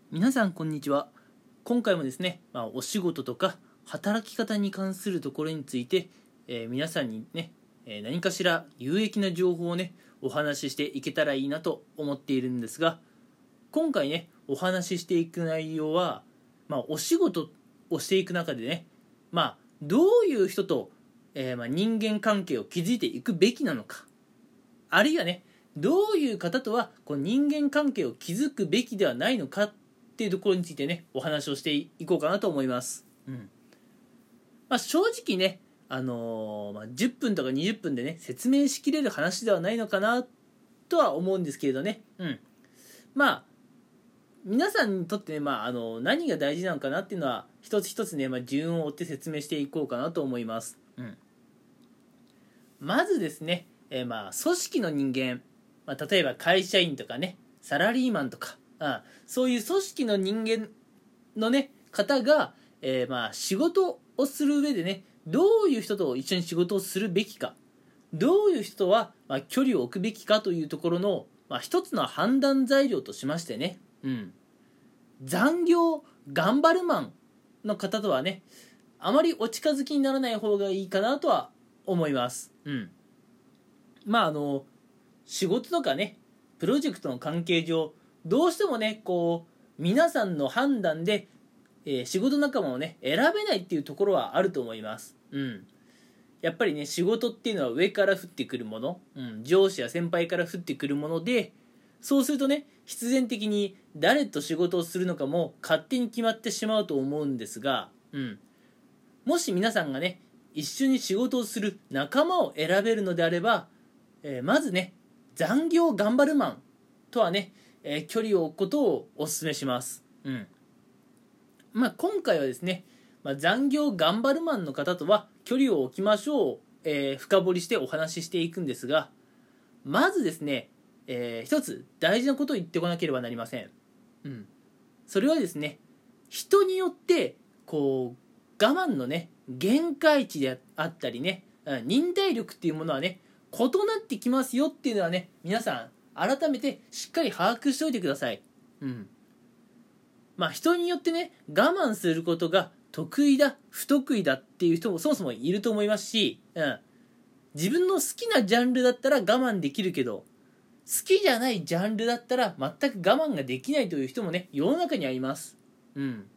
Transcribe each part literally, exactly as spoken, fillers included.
皆さんこんにちは。今回もですね、まあ、お仕事とか働き方に関するところについて、えー皆さんにね、えー何かしら有益な情報をねお話ししていけたらいいなと思っているんですが、今回ねお話ししていく内容は、まあ、お仕事をしていく中でね、まあ、どういう人と、えーまあ、人間関係を築いていくべきなのか、あるいはねどういう方とはこう人間関係を築くべきではないのかっていうところについてねお話をしていこうかなと思います。うんまあ、正直ね、あのーまあ、じゅっぷんとかにじゅっぷんでね説明しきれる話ではないのかなとは思うんですけれどね、うん、まあ皆さんにとってね、まあ、あの何が大事なのかなっていうのは一つ一つね、まあ、順を追って説明していこうかなと思います。うん、まずですね、えーまあ組織の人間、まあ、例えば会社員とかねサラリーマンとか、あそういう組織の人間のね方が、えーまあ仕事をする上でねどういう人と一緒に仕事をするべきか、どういう人とは、まあ、距離を置くべきかというところの、まあ、一つの判断材料としましてね、うん、残業頑張るマンの方とはねあまりお近づきにならない方がいいかなとは思います。うん、まああの仕事とかねプロジェクトの関係上どうしてもねこう皆さんの判断で、えー仕事仲間をね選べないっていうところはあると思います。うん、やっぱりね仕事っていうのは上から降ってくるもの、うん、上司や先輩から降ってくるもので、そうするとね必然的に誰と仕事をするのかも勝手に決まってしまうと思うんですが、うん、もし皆さんがね一緒に仕事をする仲間を選べるのであれば、えーまずね残業頑張るマンとはね、えー距離を置くことをお勧めします。うんまあ、今回はですね、まあ、残業頑張るマンの方とは距離を置きましょう、えー深掘りしてお話ししていくんですが、まずですね、えー一つ大事なことを言ってこなければなりません。うん、それはですね、人によってこう我慢のね限界値であったりね、うん忍耐力っていうものはね異なってきますよっていうのはね皆さん改めてしっかり把握しておいてください。うんまあ人によってね我慢することが得意だ不得意だっていう人もそもそもいると思いますし、うん、自分の好きなジャンルだったら我慢できるけど好きじゃないジャンルだったら全く我慢ができないという人もね世の中にはいます。うん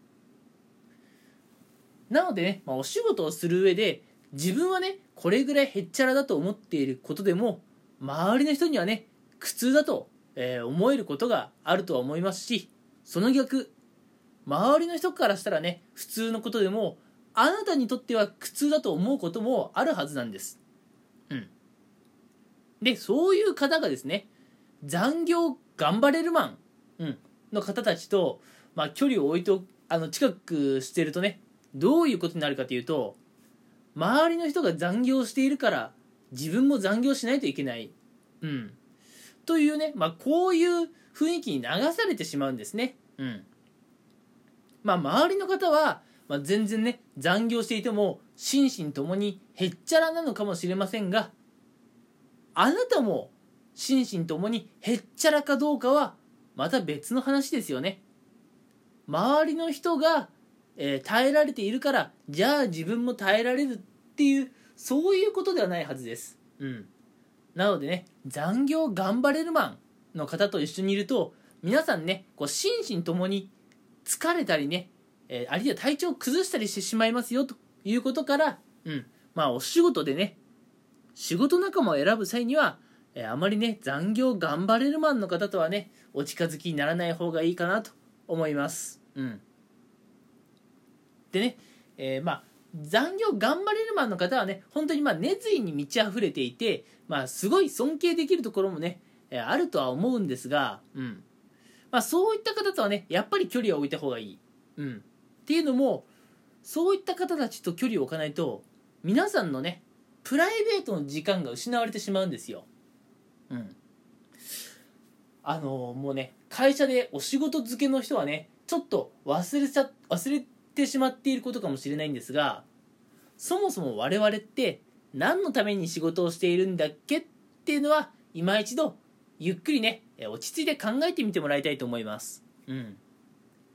なのでね、まあ、お仕事をする上で自分はねこれぐらいへっちゃらだと思っていることでも周りの人にはね苦痛だと、えー思えることがあるとは思いますし、その逆周りの人からしたらね普通のことでもあなたにとっては苦痛だと思うこともあるはずなんです。うんでそういう方がですね残業頑張れるマン、うん、の方たちと、まあ、距離を置いておあの近くしてるとねどういうことになるかというと、周りの人が残業しているから自分も残業しないといけない、うん、というね、まあ、こういう雰囲気に流されてしまうんですね。うんまあ、周りの方は、まあ、全然ね残業していても心身ともにへっちゃらなのかもしれませんが、あなたも心身ともにへっちゃらかどうかはまた別の話ですよね。周りの人が、えー耐えられているからじゃあ自分も耐えられるっていうそういうことではないはずです。うんなのでね残業頑張れるマンの方と一緒にいると皆さんねこう心身ともに疲れたりね、えーあるいは体調を崩したりしてしまいますよということから、うんまあお仕事でね仕事仲間を選ぶ際には、えーあまりね残業頑張れるマンの方とはねお近づきにならない方がいいかなと思います。うんでね、えーまあ残業頑張れるマンの方はね本当にまあ熱意に満ち溢れていて、まあ、すごい尊敬できるところもね、えーあるとは思うんですが、うんまあ、そういった方とはねやっぱり距離を置いた方がいい、うん、っていうのもそういった方たちと距離を置かないと皆さんのねプライベートの時間が失われてしまうんですよ。うんあのーもうね会社でお仕事漬けの人はねちょっと忘れちゃ忘れてしまっていることかもしれないんですが、そもそも我々って何のために仕事をしているんだっけっていうのは今一度ゆっくりね落ち着いて考えてみてもらいたいと思います。うん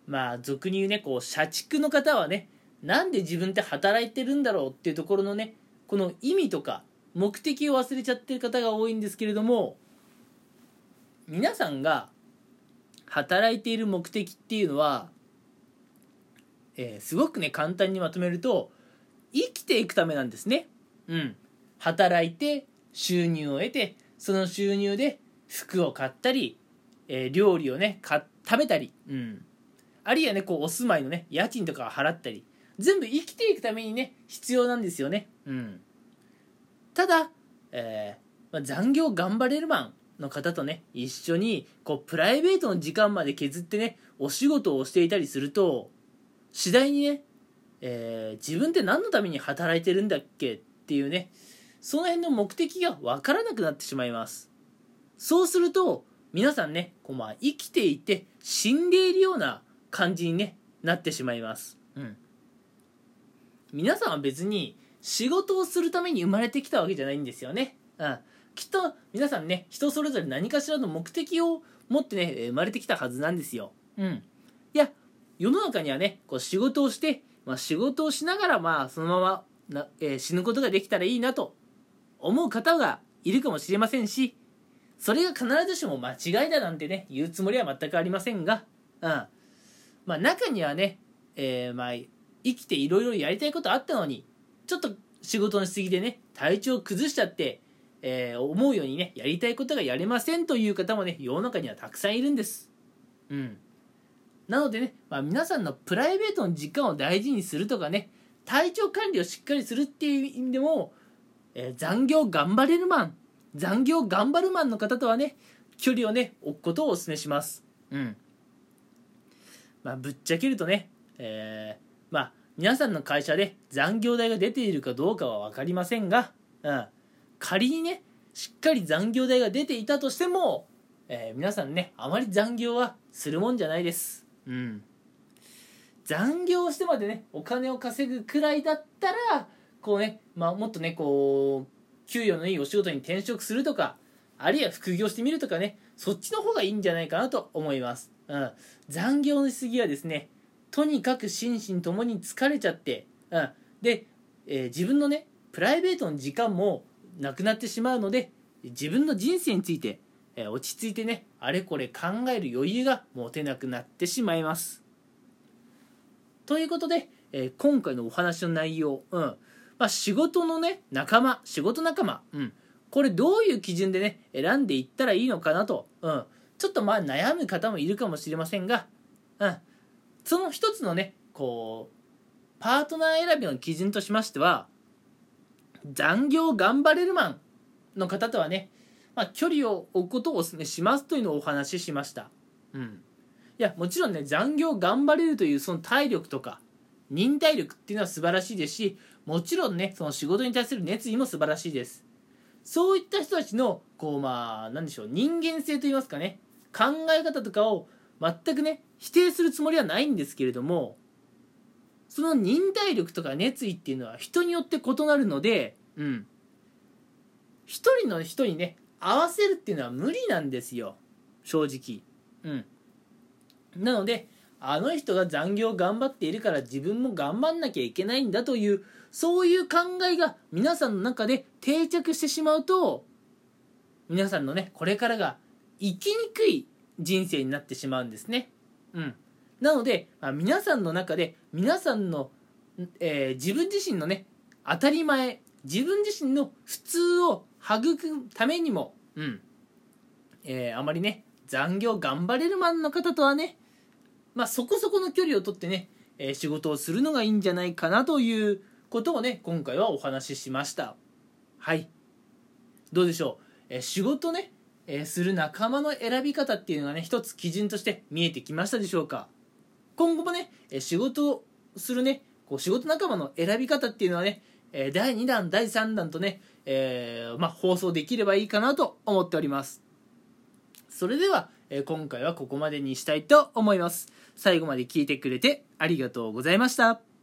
まあ俗に言うね、こう社畜の方はね、なんで自分って働いてるんだろうっていうところのね、この意味とか目的を忘れちゃってる方が多いんですけれども、皆さんが働いている目的っていうのは、えー、すごくね簡単にまとめると、生きていくためなんですね。うん。働いて収入を得て、その収入で服を買ったり、えー、料理をねか食べたり、うん、あるいはねこうお住まいのね家賃とかを払ったり、全部生きていくためにね必要なんですよね。うん。ただ、えーまあ、残業頑張れるマンの方とね一緒にこうプライベートの時間まで削ってねお仕事をしていたりすると、次第にね、えー、自分って何のために働いてるんだっけっていうね、その辺の目的が分からなくなってしまいます。そうすると皆さんねこう、まあ、生きていて死んでいるような感じに、ね、なってしまいます。うん。皆さんは別に仕事をするために生まれてきたわけじゃないんですよね。うん。きっと皆さんね人それぞれ何かしらの目的を持ってね生まれてきたはずなんですよ。うん。いや世の中にはねこう仕事をして、まあ、仕事をしながらまあそのままな、えー、死ぬことができたらいいなと思う方がいるかもしれませんし、それが必ずしも間違いだなんてね言うつもりは全くありませんが、うん、まあ中にはね、えー、まあ生きていろいろやりたいことあったのにちょっと仕事のしすぎでね体調を崩しちゃって、えー、思うようにねやりたいことがやれませんという方もね世の中にはたくさんいるんです。うん。なのでね、まあ、皆さんのプライベートの時間を大事にするとかね、体調管理をしっかりするっていう意味でも、えー、残業頑張れるマン、残業頑張るマンの方とはね距離をね置くことをお勧めします。うん。まあぶっちゃけるとね、えー、まあ皆さんの会社で残業代が出ているかどうかは分かりませんが、うん、仮にねしっかり残業代が出ていたとしても、えー、皆さんねあまり残業はするもんじゃないです。うん。残業してまでねお金を稼ぐくらいだったらこうね、まあ、もっとねこう給与のいいお仕事に転職するとか、あるいは副業してみるとかね、そっちの方がいいんじゃないかなと思います。うん。残業のしすぎはですね、とにかく心身ともに疲れちゃって、うん、で、えー、自分のねプライベートの時間もなくなってしまうので、自分の人生について、えー、落ち着いてねあれこれ考える余裕が持てなくなってしまいます。ということで、えー、今回のお話の内容、うんまあ、仕事のね仲間仕事仲間、うん、これどういう基準でね選んでいったらいいのかなと、うん、ちょっとまあ悩む方もいるかもしれませんが、うん、その一つのねこうパートナー選びの基準としましては、残業頑張れるマンの方とはね、まあ、距離を置くことをお勧めしますというのをお話ししました。うん。いやもちろんね残業頑張れるというその体力とか忍耐力っていうのは素晴らしいですし、もちろんねその仕事に対する熱意も素晴らしいです。そういった人たちのこうまあなんでしょう人間性といいますかね、考え方とかを全くね否定するつもりはないんですけれども、その忍耐力とか熱意っていうのは人によって異なるので、うん一人の人にね合わせるっていうのは無理なんですよ正直。うんなのであの人が残業頑張っているから自分も頑張んなきゃいけないんだという、そういう考えが皆さんの中で定着してしまうと、皆さんのねこれからが生きにくい人生になってしまうんですね。うんなので、まあ、皆さんの中で皆さんの、えー、自分自身のね当たり前、自分自身の普通を育むためにも、うんえー、あまりね残業頑張れるマンの方とはね、まあ、そこそこの距離を取ってね、えー、仕事をするのがいいんじゃないかなということをね今回はお話ししました。はい、どうでしょう、えー、仕事ね、えー、する仲間の選び方っていうのがね一つ基準として見えてきましたでしょうか。今後もね、えー、仕事をするねこう仕事仲間の選び方っていうのはね、えー、だいにだんだいさんだんとね、えーまあ、放送できればいいかなと思っております。それでは、えー、今回はここまでにしたいと思います。最後まで聞いてくれてありがとうございました。